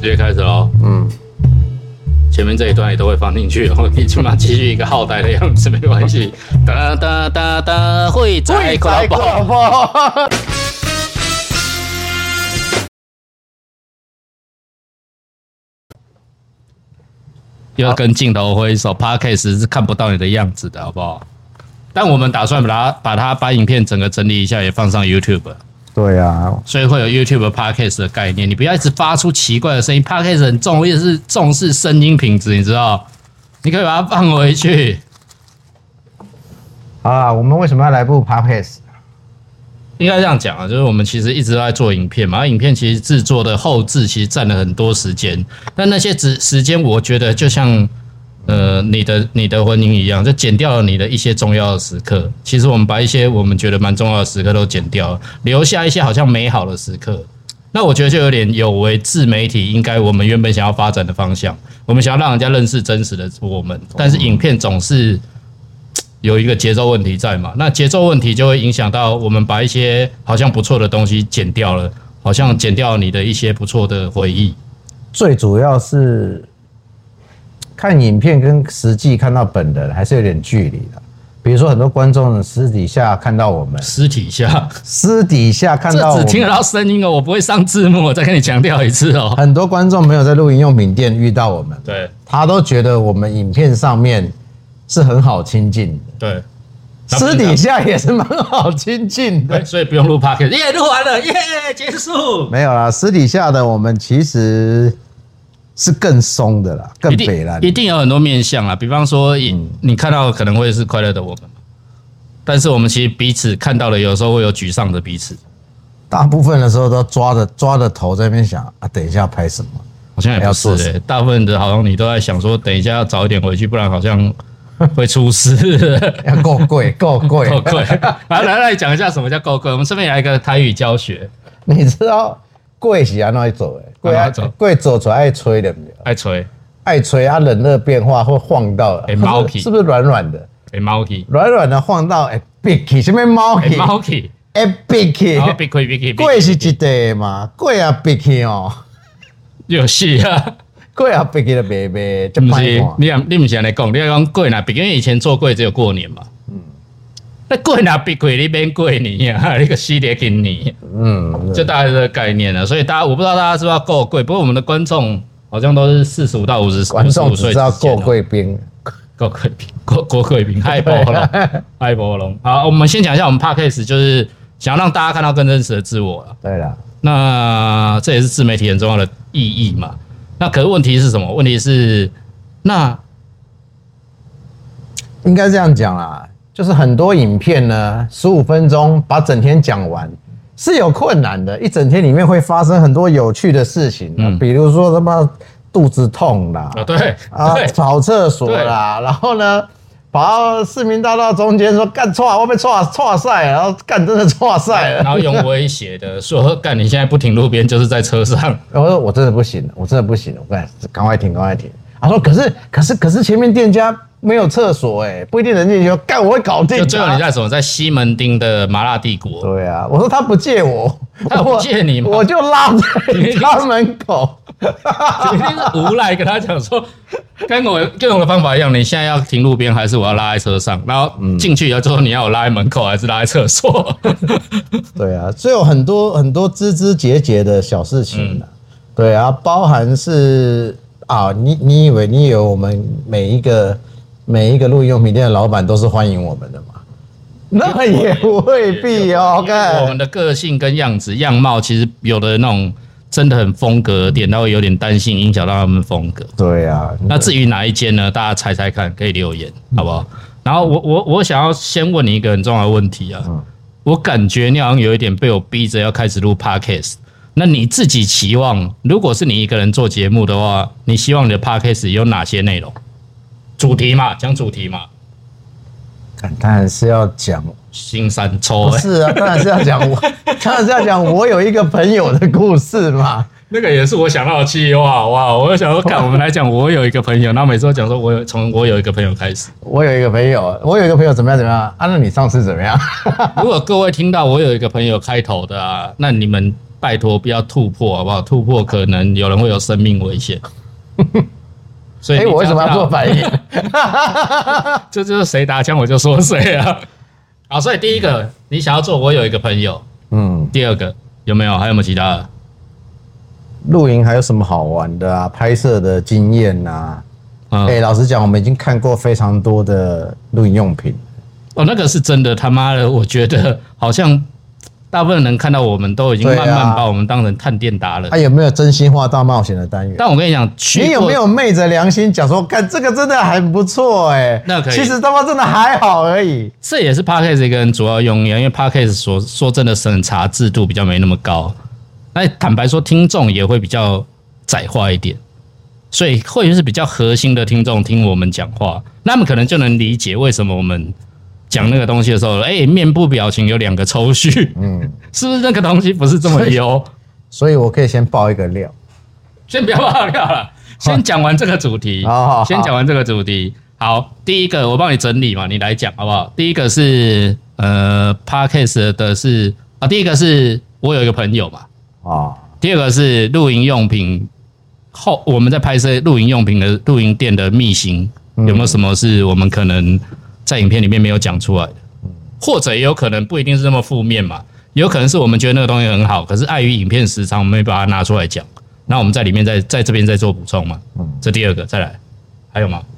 直接开始喽。前面这一段也都会放进去哦，你起码继续一个浩呆的样子没关系。哒哒哒哒，会在快报。要跟镜头挥手 ，Podcast 是看不到你的样子的，好不好？但我们打算把影片整个整理一下，也放上 YouTube。 对啊， 所以会有 YouTube Podcast 的概念。你不要一直发出奇怪的声音 ，Podcast 很重，也是重视声音品质，你知道？你可以把它放回去。 好啦，我们为什么要来部 Podcast？ 应该这样讲啊，就是我们其实一直都在做影片嘛，影片其实制作的后制其实占了很多时间，但那些时间我觉得就像你的婚姻一样，就剪掉了你的一些重要的时刻。其实我们把一些我们觉得蛮重要的时刻都剪掉了，留下一些好像美好的时刻。那我觉得就有点有违自媒体应该我们原本想要发展的方向。我们想要让人家认识真实的我们，但是影片总是有一个节奏问题在嘛，那节奏问题就会影响到我们把一些好像不错的东西剪掉了，好像剪掉你的一些不错的回忆。 最主要是看影片跟实际看到本人还是有点距离的。比如说很多观众私底下看到我们， 私底下看到我们， 这只听得到声音哦，我不会上字幕，我再跟你强调一次哦。 很多观众没有在露营用品店遇到我们， 对， 他都觉得我们影片上面是很好亲近的， 对， 私底下也是蛮好亲近的， 所以不用录 podcast， 耶，录完了，耶，结束。没有啦，私底下的我们其实是更松的啦，更北啦， 一定有很多面向啦。比方说，你看到可能会是快乐的我们，但是我们其实彼此看到的，有时候会有沮丧的彼此。 大部分的时候都抓着头在那边想啊，等一下要拍什么？ 好像也不是欸，大部分的好像你都在想说，等一下要早一点回去，不然好像会出事。 要够贵。 来讲一下什么叫够贵。我们顺便来一个台语教学。 你知道贵是怎样做的？贵做出来爱吹的，爱吹啊，冷热变化会晃到，是不是软软的？ 猫起， 软软的晃到闭起，什么猫起？ 猫起， 闭起，贵是一块嘛，贵啊闭起哦。 有戏啊！ 贵啊，闭起的白白，就不是你不是来讲，你要讲贵哪闭？因为以前做柜只有过年嘛。那贵哪闭柜那边贵你啊，那个系列给你。就大概这个概念了。所以我不知道大家知不知道够贵，不过我们的观众好像都是45到55岁， 观众只知道够贵宾， 郭贵宾，嗨波龙。好，我们先讲一下我们 Podcast， 就是想要让大家看到更真实的自我了。 对了。 那这也是自媒体很重要的意义嘛？那可是问题是什么？问题是那应该这样讲啦，就是很多影片呢，15分钟把整天讲完是有困难的。一整天里面会发生很多有趣的事情，比如说什么肚子痛啦， 对跑厕所啦，然后呢。跑到市民大道中间说干错，我被错赛，然后干真的错赛了， 然后用威胁的说干你现在不停路边就是在车上。 我说我真的不行了，我赶快停。他说可是前面店家没有厕所不一定能进去。干我会搞定。就最后你在什么？在西门町的麻辣帝国。 对啊，我说他不借我， 他不借你吗？ 我就拉在他门口。 一定是无赖跟他讲说，跟我的方法一样，你现在要停路边，还是我要拉在车上？然后进去以后就说你要我拉在门口，还是拉在厕所？ 对啊，所以有很多很多枝枝节节的小事情对啊，包含是你以为我们每一个露营用品店的老板都是欢迎我们的吗？那也未必哦。 我们的个性跟样貌，其实有的那种。真的很风格的店，他会有点担心影响到他们风格。 对啊， 那至于哪一间呢？大家猜猜看，可以留言，好不好？然后我想要先问你一个很重要的问题啊。我感觉你好像有一点被我逼着要开始录 podcast。那你自己期望，如果是你一个人做节目的话，你希望你的 podcast 有哪些内容？主题嘛，讲主题嘛。 当然是要讲新山抽， 不是啊，当然是要讲我有一个朋友的故事嘛。 那个也是我想到的企划，哇！我就想说，看我们来讲，我有一个朋友，然后每次都讲说，从我有一个朋友开始。 我有一个朋友怎么样啊？那你上次怎么样？ 如果各位听到我有一个朋友开头的啊，那你们拜托不要突破好不好？突破可能有人会有生命危险。所以我为什么要做反应？ 这就是谁打枪我就说谁啊。好，所以第一个你想要做，我有一个朋友。第二个有没有？还有没有其他的？ 露营还有什么好玩的啊？拍摄的经验啊？老实讲，我们已经看过非常多的露营用品。 那个是真的，他妈的，我觉得好像大部分人看到我们都已经慢慢把我们当成探店达人。 有没有真心话大冒险的单元？ 但我跟你讲， 你有没有昧着良心讲说，看这个真的还不错那可以。其实他妈真的还好而已。 这也是 Podcast 一个很主要用意，因为 Podcast 说真的审查制度比较没那么高。那坦白说，听众也会比较窄化一点。所以会是比较核心的听众听我们讲话，那么可能就能理解为什么我们讲那个东西的时候，面部表情有2个抽搐，是不是那个东西不是这么优？ 所以我可以先爆一个料， 先不要爆料了，先讲完这个主题，先讲完这个主题。好，第一个我帮你整理嘛，你来讲好不好？第一个是Podcast 的是第一个是我有一个朋友嘛，第二个是露营用品。我们在拍摄露营用品的露营店的秘辛，有没有什么是我们可能在影片里面没有讲出来的？或者也有可能不一定是那么负面嘛，也有可能是我们觉得那个东西很好，可是碍于影片时长，我们没把它拿出来讲。那我们在里面在这边再做补充嘛。这第二个，再来，还有吗？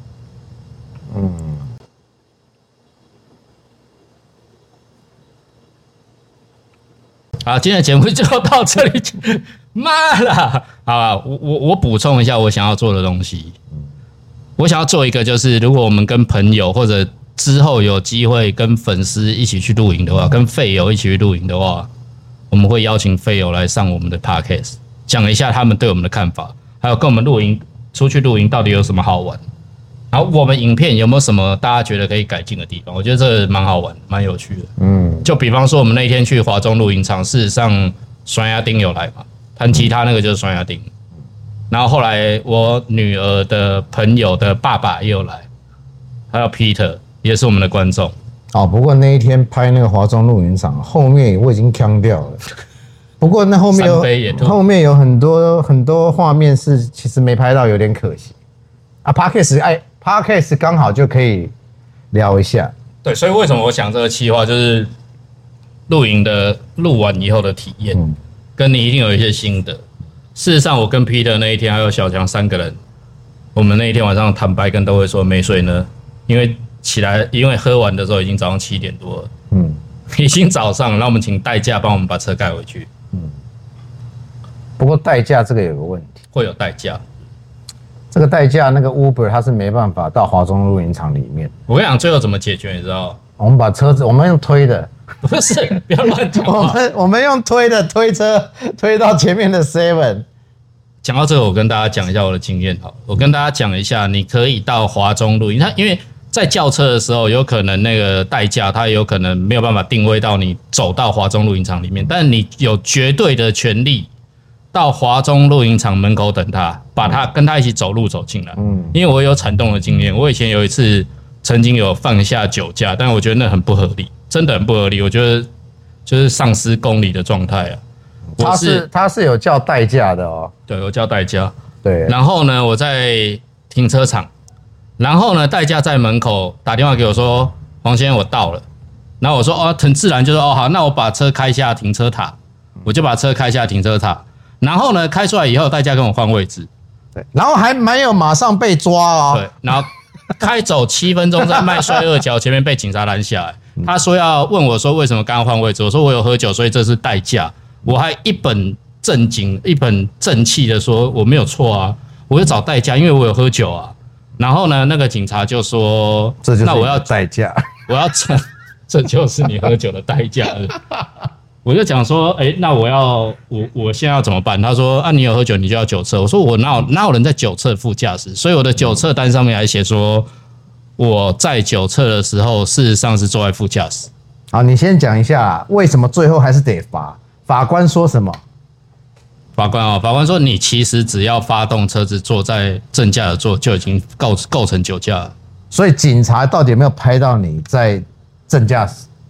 好，今天的节目就到这里。妈啦！好啦，我补充一下我想要做的东西。我想要做一个，就是如果我们跟朋友或者之后有机会跟粉丝一起去露营的话，跟废友一起去露营的话，我们会邀请废友来上我们的 podcast， 讲一下他们对我们的看法，还有跟我们出去露营到底有什么好玩。然后我们影片有没有什么大家觉得可以改进的地方？我觉得这个蛮好玩，蛮有趣的。就比方说我们那天去华中露营场，事实上双鸭丁有来嘛。弹吉他那个就是双鸭丁，然后后来我女儿的朋友的爸爸也有来，还有 Peter 也是我们的观众。 不过那一天拍那个华中露营场后面我已经呛掉了，不过那后面有很多画面是其实没拍到，有点可惜啊。Podcast 刚好就可以聊一下。 对，所以为什么我想这个企划就是露营的录完以后的体验。跟你一定有一些心得。事实上，我跟 Peter 那一天还有小强3个人，我们那一天晚上坦白跟都会说没睡呢，因为喝完的时候已经早上7点多了，已经早上，让我们请代驾帮我们把车盖回去。 不过代驾这个有个问题， 会有代驾。 这个代驾那个 Uber 它是没办法到华中露营场里面。 我跟你讲，最后怎么解决，你知道？ 我们把车子，我们用推的。 不是，不要乱讲话。 我们用推车推到前面的 7。 讲到这个，我跟大家讲一下我的经验。好，我跟大家讲一下，你可以到华中露营，因为在叫车的时候，有可能那个代驾他有可能没有办法定位到你走到华中露营场里面，但你有绝对的权利到华中露营场门口等他，把他跟他一起走路走进来。因为我有惨动的经验，我以前有一次曾经有放下酒驾，但我觉得那很不合理。真的很不合理，我觉得就是丧失公理的状态啊。他是有叫代驾的哦，对，我叫代驾。对，然后呢，我在停车场，然后呢，代驾在门口打电话给我说：“黄先生，我到了。”然后我说：“很自然，就说好，那我把车开下停车塔。”我就把车开下停车塔，然后呢，开出来以后，代驾跟我换位置， 对，然后还没有马上被抓哦， 对，然后开走7分钟，在麦帅2桥前面被警察拦下来。他说要问我说为什么刚刚换位置，我说我有喝酒，所以这是代驾。我还一本正经、一本正气的说我没有错啊，我就找代驾，因为我有喝酒啊。然后呢，那个警察就说：“那我要代驾， 我要这就是你喝酒的代价。”我就讲说：“那我现在要怎么办？”他说：“你有喝酒，你就要酒测。”我说：“我哪有人在酒测副驾驶？”所以我的酒测单上面还写说。我在酒测的时候，事实上是坐在副驾驶。 好，你先讲一下为什么最后还是得罚？法官说什么？ 法官说你其实只要发动车子坐在正驾的座就已经构成酒驾了。 所以警察到底有没有拍到你在正驾驶？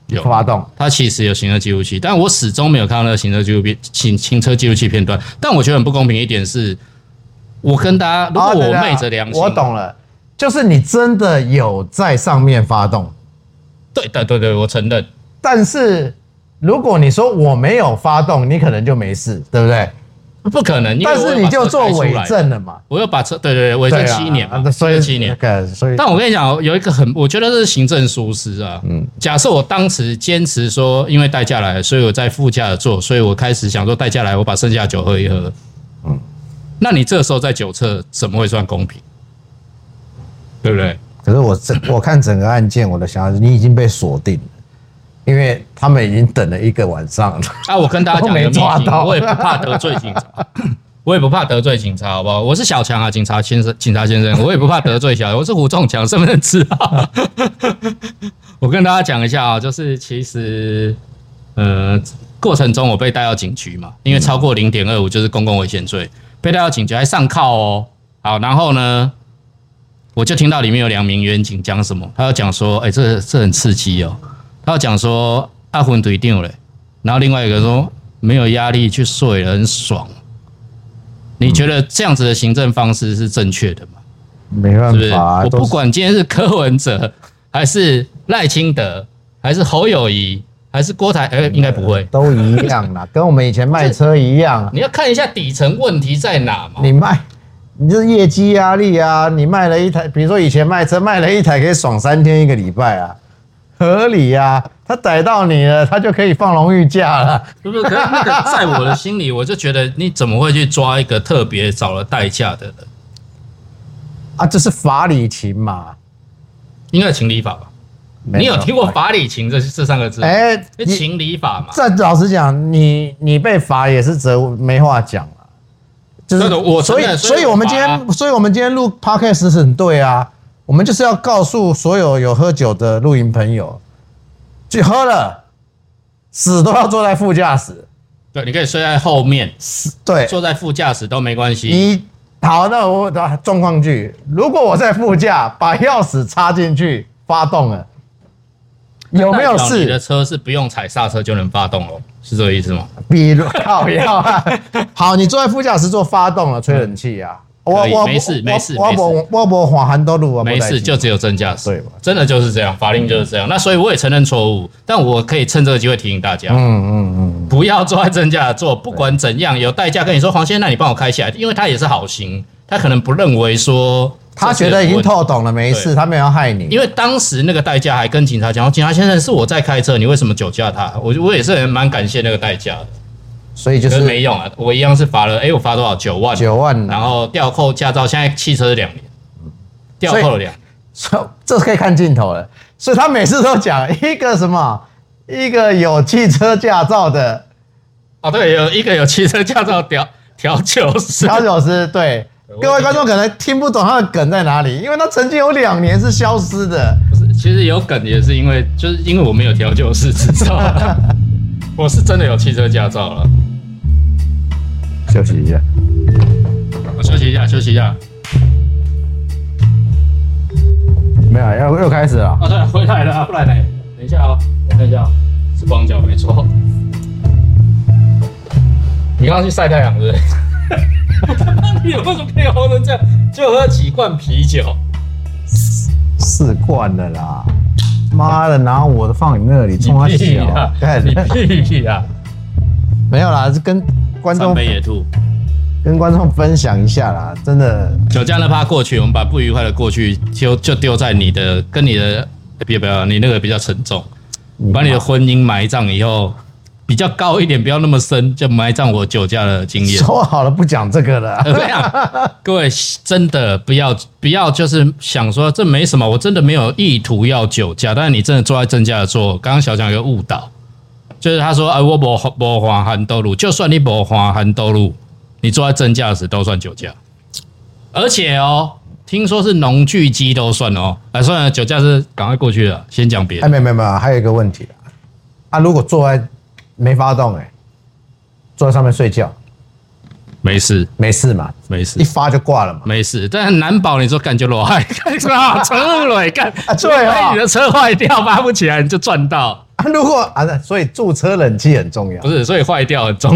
发动， 它其实有行车记录器，但我始终没有看到那个行车记录器片段。但我觉得很不公平一点是，我跟大家，如果我昧着良心， 我懂了，就是你真的有在上面发动， 对，我承认。 但是如果你说我没有发动，你可能就没事，对不对？ 不可能， 但是你就做伪证了嘛？ 我又把车，对，伪证7年嘛， 所以 7年。 所以， 但我跟你讲，有一个我觉得这是行政疏失啊。假设我当时坚持说，因为代驾来了，所以我在副驾坐，所以我开始想说代驾来，我把剩下的酒喝一喝。那你这时候在酒测怎么会算公平？对不对？ 可是我看整个案件，我的想法是你已经被锁定了。因为他们已经等了1个晚上了啊！我跟大家讲一个秘辛，我也不怕得罪警察，好不好？我是小强啊，警察先生，我也不怕得罪小强，我是胡仲强，身份证字号。我跟大家讲一下啊，就是其实过程中我被带到警局嘛，因为超过0.25就是公共危险罪，被带到警局还上铐哦。好，然后呢，我就听到里面有2名员警讲什么，他要讲说，这很刺激哦。他要讲说阿昏对定了，然后另外一个说没有压力去睡了，很爽。你觉得这样子的行政方式是正确的吗？ 没办法， 我不管今天是柯文哲，还是赖清德，还是侯友宜，还是郭台，应该不会， 都一样啦，跟我们以前卖车一样。 你要看一下底层问题在哪嘛。 你就是业绩压力啊，你卖了一台，比如说以前卖车卖了一台可以爽3天1个礼拜啊。合理啊，他逮到你了，他就可以放荣誉假了， 是不是？可是那个在我的心里，我就觉得你怎么会去抓一个特别找了代驾的人啊？这是法理情嘛？ 应该情理法吧？你有听过法理情这3个字？情理法嘛。 这老实讲，你被罚也是没话讲了，就是所以我们今天录 podcast 是很对啊。我们就是要告诉所有有喝酒的露营朋友，去喝了，死都要坐在副驾驶。 对，你可以睡在后面， 对， 坐在副驾驶都没关系。 好，那我状况剧，如果我在副驾把钥匙插进去发动了，有没有事？ 你的车是不用踩刹车就能发动哦，是这个意思吗？ 比如靠腰啊，好，你坐在副驾驶座发动了，吹冷气啊。 没事， 我没滑韩多路， 没事，就只有正驾驶，对吧？真的就是这样，法令就是这样。那所以我也承认错误，但我可以趁这个机会提醒大家，不要坐在正驾座，不管怎样，有代驾跟你说黄先生，那你帮我开下来，因为他也是好心，他可能不认为说他觉得已经透懂了，没事，他没有要害你。 因为当时那个代驾还跟警察讲，警察先生是我在开车，你为什么酒驾他？我也是蛮感谢那个代驾的。 所以就是没用啊，我一样是罚了，我罚多少？9万，然后吊扣驾照，现在汽车是2年，吊扣了2年， 这可以看镜头了。所以他每次都讲一个有汽车驾照的， 对，有一个有汽车驾照调酒师， 对，各位观众可能听不懂他的梗在哪里，因为他曾经有2年是消失的。 不是，其实有梗也是因为我没有调酒师执照。我是真的有汽车驾照了。 休息一下， 休息一下。 没有，又开始了。 对，回来了，不然呢？等一下哦，我看一下，是光脚没错。你刚刚去晒太阳是不是？你为什么可以喝成这样？就喝几罐啤酒 ？4罐了啦。妈的，然后我的放你那里冲他笑， 你屁呀！ 没有啦，是跟观众跟观众分享一下啦，真的。 酒驾那趴过去，我们把不愉快的过去就丢在你的跟你的，不要，你那个比较沉重，把你的婚姻埋葬以后。比较高一点，不要那么深，就埋葬我酒驾的经验。 说好了不讲这个了。 各位真的不要就是想说这没什么，我真的没有意图要酒驾，但是你真的坐在正驾的座，刚刚小强有个误导，就是他说我没花含兜路，就算你没花含兜路，你坐在正驾驶都算酒驾，而且听说是农具机都算哦。算了，酒驾是赶快过去了，先讲别的。 没有，还有一个问题如果坐在没发动坐在上面睡觉，没事嘛，没事，一发就挂了嘛， 没事。但难保你说干就落害，干车累干， 对你的车坏掉发不起来你就赚到， 如果所以驻车冷气很重要， 不是，所以坏掉很重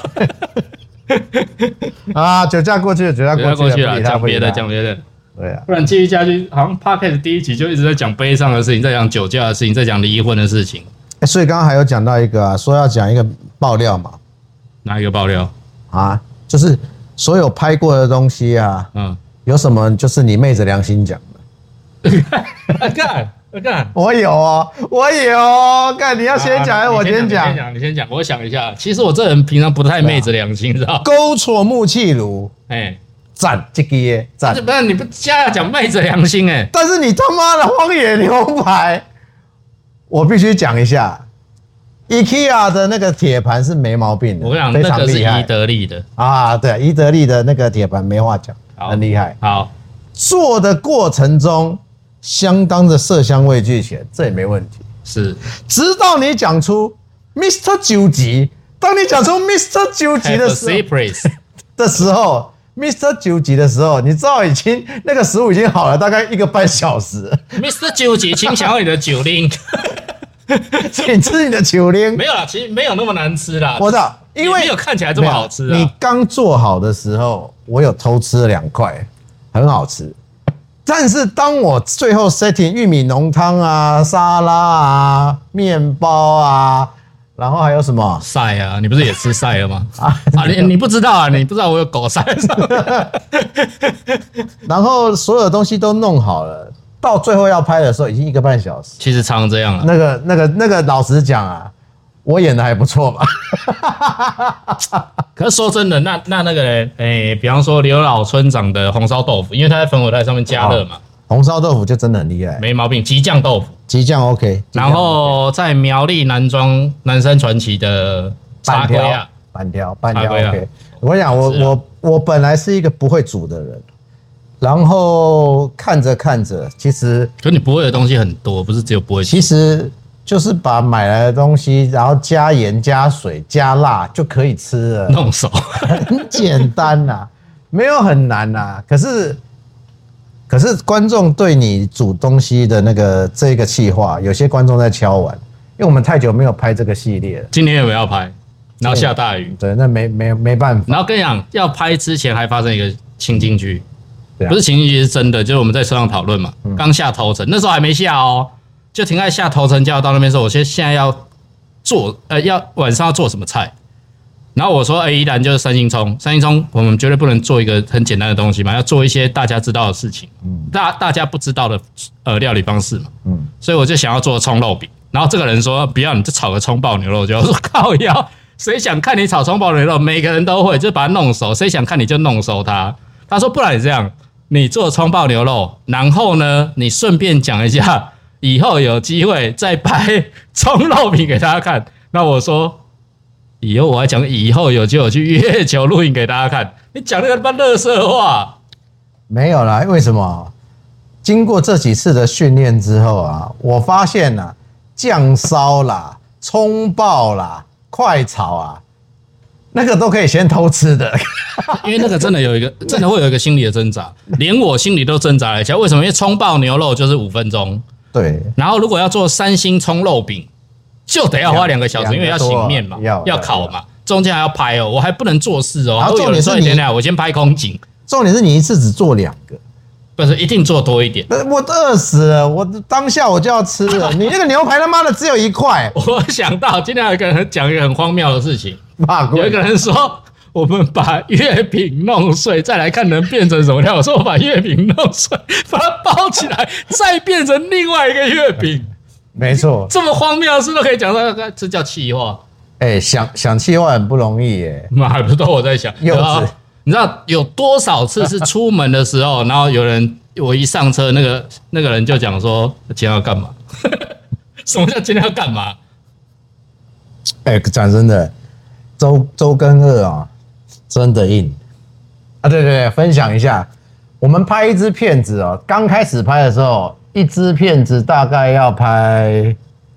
要酒驾过去了，酒驾过去了， 讲别的。 对啊， 不然继续下去，好像 Podcast 第一集就一直在讲悲伤的事情，在讲酒驾的事情，在讲离婚的事情。 所以刚刚还有讲到一个说要讲一个爆料嘛， 哪一个爆料就是所有拍过的东西啊，有什么就是你昧着良心讲的。 干， 我有，干你要先讲还是我先讲？ 你先讲，我想一下。其实我这人平常不太昧着良心，知道？ 勾错木器炉，赞这个耶赞。 不然你不加要讲昧着良心但是你他妈的荒野牛排，我必须讲一下 ，IKEA 的那个铁盘是没毛病的， 我跟你讲，那个是宜得利的对，宜得利的那个铁盘没话讲，很厉害。 好， 做的过程中相当的色香味俱全，这也没问题。 是， 直到你讲出 Mr. 九级，当你讲出 Mr. 九级的时候。Mr. 九级的时候，你知道已经那个食物已经好了，大概1个半小时。 Mr. 九级，请享用你的酒令， 请吃你的酒令。 没有啦，其实没有那么难吃啦。 我知道，因为没有看起来这么好吃啊。 你刚做好的时候，我有偷吃了2块，很好吃。但是当我最后 setting 玉米浓汤啊、沙拉啊、面包啊。然后还有什么晒啊？你不是也吃晒了吗？你不知道啊？你不知道我有狗晒。然后所有东西都弄好了，到最后要拍的时候已经1个半小时。 其实常这样啊。 那个，老实讲啊，我演的还不错嘛。 可是说真的，那个人，比方说刘老村长的红烧豆腐，因为他在烽火台上面加热嘛。 红烧豆腐就真的很厉害， 没毛病。极酱豆腐， 极酱 OK。 然后在苗栗南庄南山传奇的板条 OK。我跟你讲，我本来是一个不会煮的人，然后看着，其实可你不会的东西很多，不是只有不会煮。 其实就是把买来的东西，然后加盐、加水、加辣就可以吃了， 弄熟， 很简单呐，没有很难呐。可是观众对你煮东西的这个企划，有些观众在敲碗，因为我们太久没有拍这个系列了。 今天有没有要拍？然后下大雨， 对，那没办法。 然后跟你讲，要拍之前还发生一个情境剧，不是情境剧是真的，就是我们在车上讨论嘛。刚下头城，那时候还没下哦，就停在下头城叫到那边说，我现在要做晚上要做什么菜。然后我说，依然就是三星葱，我们绝对不能做一个很简单的东西嘛，要做一些大家知道的事情，大家不知道的料理方式嘛，所以我就想要做葱肉饼。然后这个人说，不要，你就炒个葱爆牛肉就。我说靠腰，谁想看你炒葱爆牛肉？每个人都会，就把它弄熟，谁想看你就弄熟它。他说，不然你这样，你做葱爆牛肉，然后呢，你顺便讲一下，以后有机会再拍葱肉饼给大家看。那我说。以后我还讲，以后有机会去月球录影给大家看。你讲那个他妈垃圾话， 没有啦。为什么？经过这几次的训练之后啊，我发现啊，酱烧啦、葱爆啦、快炒啊，那个都可以先偷吃的。 因为那个真的会有一个心理的挣扎，连我心里都挣扎了一下。为什么？因为葱爆牛肉就是5分钟， 对。 然后如果要做3星葱肉饼。就得要花2个小时，因为要醒面嘛，要烤嘛，中间还要拍哦，我还不能做事哦。 然后重点是我先拍空景。 重点是你一次只做2个， 不是一定做多一点。 我饿死了，我当下我就要吃了。你那个牛排他妈的只有1块。 我想到今天有一个人讲一个很荒谬的事情，有一个人说我们把月饼弄碎，再来看能变成什么料。我说我把月饼弄碎，把它包起来，再变成另外一个月饼。 没错， 这么荒谬的事都可以讲到，这叫气话。 想气话很不容易耶。 妈，不是都我在想。幼稚，你知道有多少次是出门的时候，然后我一上车，那个人就讲说今天要干嘛？什么叫今天要干嘛？ 讲真的，周更2啊，真的硬啊！对，分享一下，我们拍一支片子哦，刚开始拍的时候。一支片子大概要拍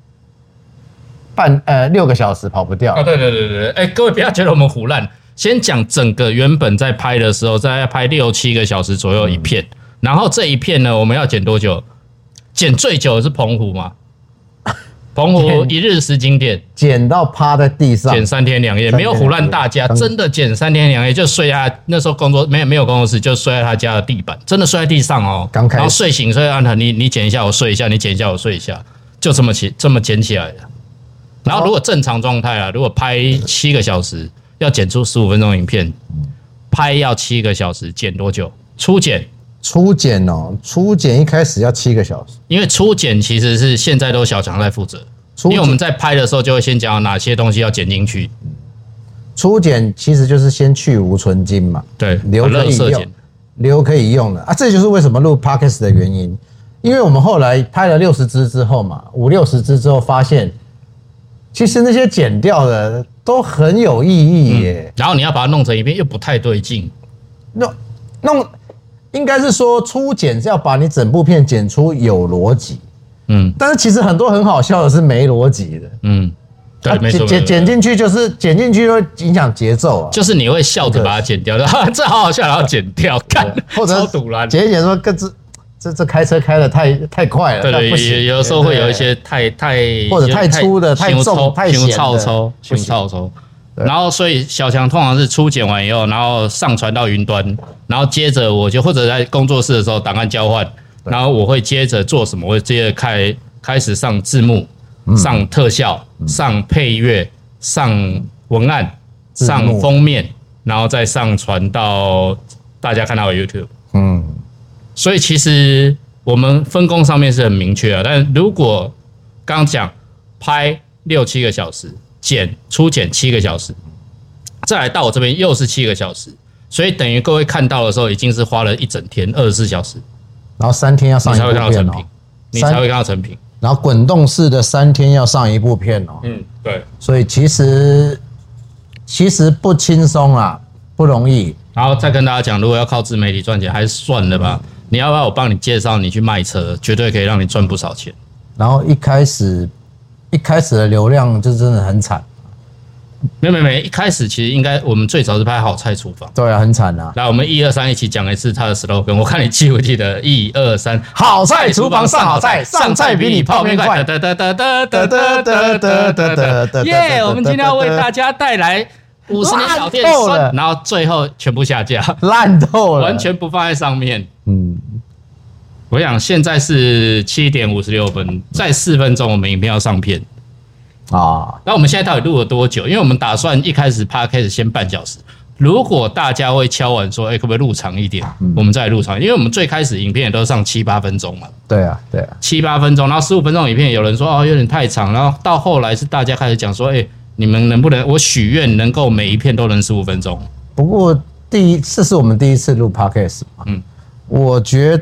6个小时，跑不掉。 对，各位不要觉得我们胡乱，先讲整个原本在拍的时候，在拍6、7个小时左右一片，然后这一片呢，我们要剪多久？剪最久的是澎湖嘛？ 澎湖一日10景点， 捡到趴在地上， 捡3天2夜，没有唬烂大家，真的捡3天2夜，就睡在那时候工作没有工作室，就睡在他家的地板，真的睡在地上哦。 刚开始， 然后睡醒睡安腾，你捡一下我睡一下，你捡一下我睡一下，就这么捡起来的。然后如果正常状态啊，如果拍7个小时，要剪出15分钟影片，拍要7个小时，剪多久？初剪一开始要7个小时， 因为初剪其实是现在都小强在负责，因为我们在拍的时候就会先讲哪些东西要剪进去。 初剪其实就是先去无存精嘛， 对， 留可以用，留可以用的啊，这就是为什么录 Podcast 的原因。因为我们后来拍了60支之后嘛，50-60支之后发现，其实那些剪掉的都很有意义耶。 然后你要把它弄成影片又不太对劲， 弄应该是说初剪是要把你整部片剪出有逻辑，但是其实很多很好笑的是没逻辑的， 对，没错， 剪进去就是剪进去会影响节奏啊， 就是你会笑着把它剪掉的，这好好笑，然后剪掉，看， 或者超堵然， 剪一剪说这开车开的太快了， 对，有时候会有一些太或者太粗的、太重、太咸的， 太臭。然后所以小强通常是初剪完以后，然后上传到云端，然后接着我就或者在工作室的时候档案交换，然后我会接着做什么？我会接着开始上字幕、上特效、上配乐、上文案、上封面，然后再上传到大家看到的 YouTube。所以其实我们分工上面是很明确的，但如果刚刚讲拍6-7个小时，初剪7个小时，再来到我这边又是7个小时，所以等于各位看到的时候已经是花了一整天24小时， 然后3天要上一部片哦， 你才会看到成品。 然后滚动式的3天要上一部片哦， 对， 所以其实不轻松啦，不容易。 然后再跟大家讲，如果要靠自媒体赚钱，还是算了吧。你要不要我帮你介绍你去卖车，绝对可以让你赚不少钱。 然后一开始的流量就真的很惨。 没，一开始其实应该我们最早是拍好菜厨房。 对啊，很惨啊。 来，我们1、2、3一起讲一次他的 slogan， 我看你记不记得？1、2、3， 好菜厨房上好菜，上菜比你泡面快。 耶！我们今天要为大家带来50年老店酸，然后最后全部下架， 烂透了， 完全不放在上面。我想现在是7点56分，再4分钟我们影片要上片啊。那我们现在到底录了多久？因为我们打算一开始 podcast 先半小时，如果大家会敲碗说，可不可以录长一点？我们再录长，因为我们最开始影片也都上7-8分钟嘛。 对啊 ，7-8分钟，然后15分钟影片，有人说有点太长，然后到后来是大家开始讲说，你们能不能我许愿能够每一片都能15分钟？ 不过这是我们第一次录 podcast 嘛，我觉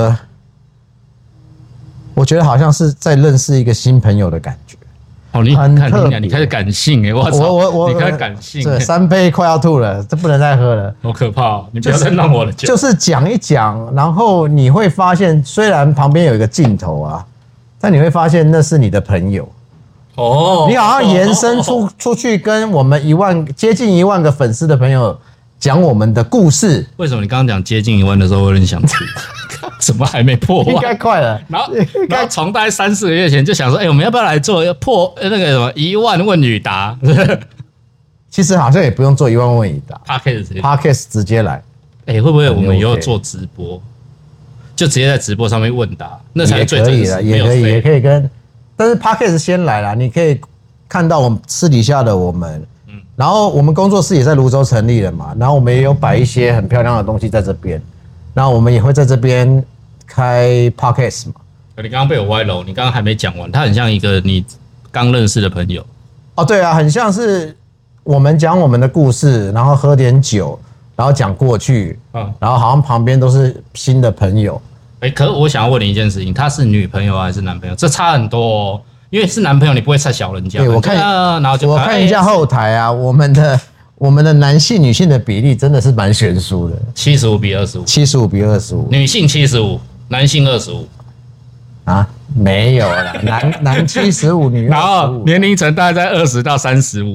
得好像是在认识一个新朋友的感觉。 你开始感性我操！你开始感性 ，3杯快要吐了，这不能再喝了， 好可怕！你不要再让我了。 就是讲一讲，然后你会发现，虽然旁边有一个镜头啊，但你会发现那是你的朋友。你好像延伸出去跟我们接近1万个粉丝的朋友讲我们的故事。 为什么你刚刚讲接近1万的时候，我有点想吐？怎么还没破万？ 应该快了。 然后从大概3-4个月前就想说，我们要不要来做破那个什么1万问与答？ 其实好像也不用做1万问与答 ，Podcast 直接来。 会不会我们以后做直播，就直接在直播上面问答，那才最真实。 也可以跟，但是 Podcast 先来啦，你可以看到我们私底下的我们。然后我们工作室也在泸州成立了嘛，然后我们也有摆一些很漂亮的东西在这边，然后我们也会在这边开 podcast 嘛。 你刚刚被我歪楼，你刚刚还没讲完，他很像一个你刚认识的朋友。 对啊，很像是我们讲我们的故事，然后喝点酒，然后讲过去，然后好像旁边都是新的朋友。 可是我想要问你一件事情，他是女朋友还是男朋友？这差很多哦。因为是男朋友，你不会太小人家。 对，我看一下后台啊，我们的男性女性的比例真的是蛮悬殊的 ，75比25。 75比25， 女性75，男性25。 啊，没有啦，男75，女25。 然后年龄层大概在20到35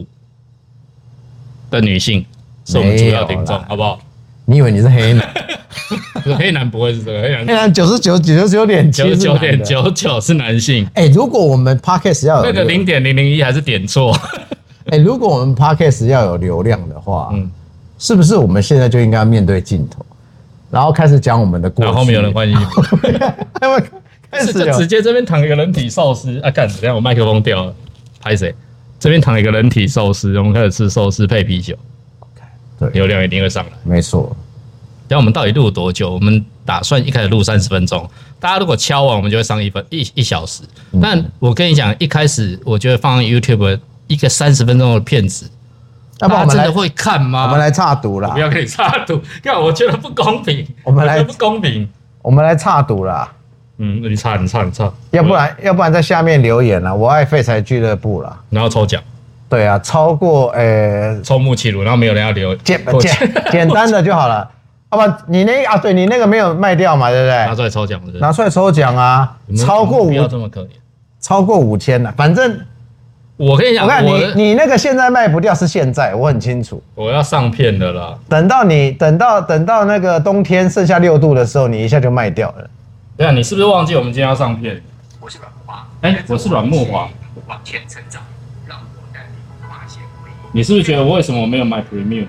的女性是我们主要听众，好不好？ 你以为你是黑男？ 不是黑男不会是这个，黑男99.7%， 99.99是男性。 如果我们 Podcast 要有那个0.001还是点错。 如果我们 Podcast 要有流量的话，是不是我们现在就应该面对镜头，然后开始讲我们的过去？ 然后后面有人换衣服， 开始就直接这边躺一个人体寿司啊！干，等下我麦克风掉了，拍谁？这边躺一个人体寿司，我们开始吃寿司配啤酒， 对， 流量一定会上来。 没错。 然后我们到底录多久？我们打算一开始录30分钟，大家如果敲完，我们就会上1小时。但我跟你讲，一开始我觉得放 YouTube 一个30分钟的片子，大家真的会看吗？ 我们来插赌啦！ 不要跟你插赌，看我觉得不公平。我们来不公平， 我们来插赌啦！ 你插， 要不然在下面留言啦，我爱废柴俱乐部啦， 然后抽奖。 对啊，超过抽木器炉，然后没有人要留， 简单的就好了。要不然你对你那个没有卖掉嘛，对不对？ 拿出来抽奖， 拿出来抽奖啊！超过不要这么可怜， 超过5000了，反正。 我跟你讲， 我看你那个现在卖不掉是现在，我很清楚。 我要上片的啦。 等到那个冬天剩下6度的时候，你一下就卖掉了。 对啊，你是不是忘记我们今天要上片？ 我是阮木华， 我是阮木华。 往前成长，让我带你发现回忆。 你是不是觉得为什么我没有买 Premium？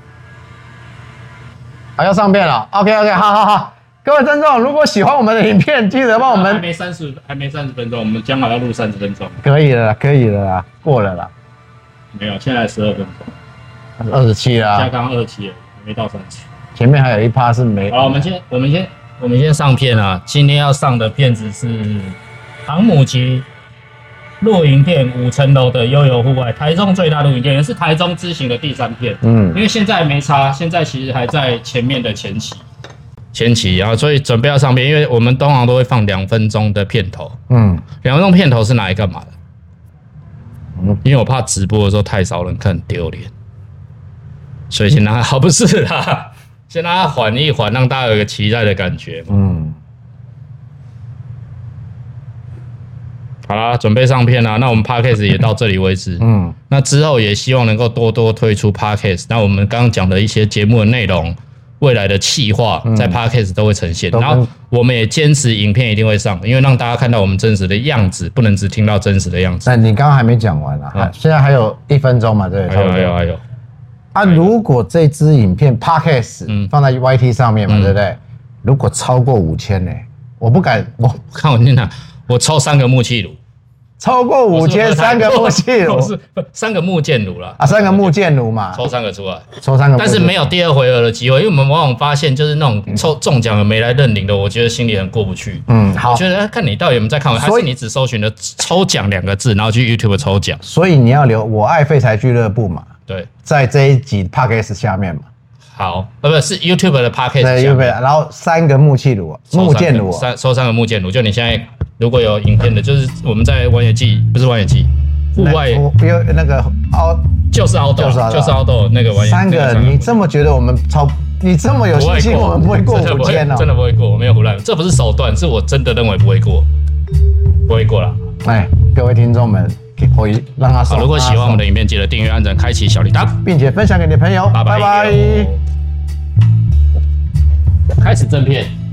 要上片了 ，OK， 好。各位观众，如果喜欢我们的影片，记得帮我们。 还没30分钟，我们讲好要录30分钟。 可以了啦，过了啦。 没有，现在12分钟。 27啦。 现在刚刚27了，还没到30。 前面还有一趴是没。 好，我们先上片啊！今天要上的片子是航母级露营片5层楼的悠游户外，台中最大露营店，也是台中之行的第3片。因为现在没差，现在其实还在前面的前期，然后所以准备要上片，因为我们通常都会放2分钟的片头。2分钟片头是拿来干嘛的？因为我怕直播的时候太少人看，很丢脸，所以先拿好不是啦，先让它缓一缓，让大家有一个期待的感觉。好啦，准备上片啦。那我们 Podcast 也到这里为止。那之后也希望能够多多推出 Podcast。那我们刚刚讲的一些节目的内容。未来的企划在 Podcast 都会呈现，然后我们也坚持影片一定会上，因为让大家看到我们真实的样子，不能只听到真实的样子。 但你刚刚还没讲完啊，现在还有1分钟嘛，对不对？ 还有。 如果这支影片 Podcast 放在 YT 上面嘛，对不对？如果超过5000呢，我不敢，我看我念我抽3个木器炉。 超过5000 3个木器炉， 是3个木剑炉啦 ，3个木剑炉嘛， 抽3个出来，但是没有第2回合的机会，因为我们往往发现就是那种中奖了没来认领的，我觉得心里很过不去。 好， 我觉得看你到底有没有在看完，还是你只搜寻了抽奖2个字，然后去 YouTube 抽奖。 所以你要留我爱废柴俱乐部嘛， 对， 在这一集 Podcast 下面嘛。 好，不是 YouTube 的 Podcast 下面， 然后3个木器炉，木剑炉， 抽3个木剑炉，就你现在。如果有影片的，就是我们在玩野季，不是玩野季，户外不有那个就是凹豆那个玩野。 3个，你这么觉得我们你这么有信心，我们不会过5000哦？ 真的不会过，我没有胡乱，这不是手段，是我真的认为不会过啦。 各位听众们，可以让他如果喜欢我们的影片，记得订阅、按赞、开启小铃铛， 并且分享给你的朋友。拜拜。 开始正片。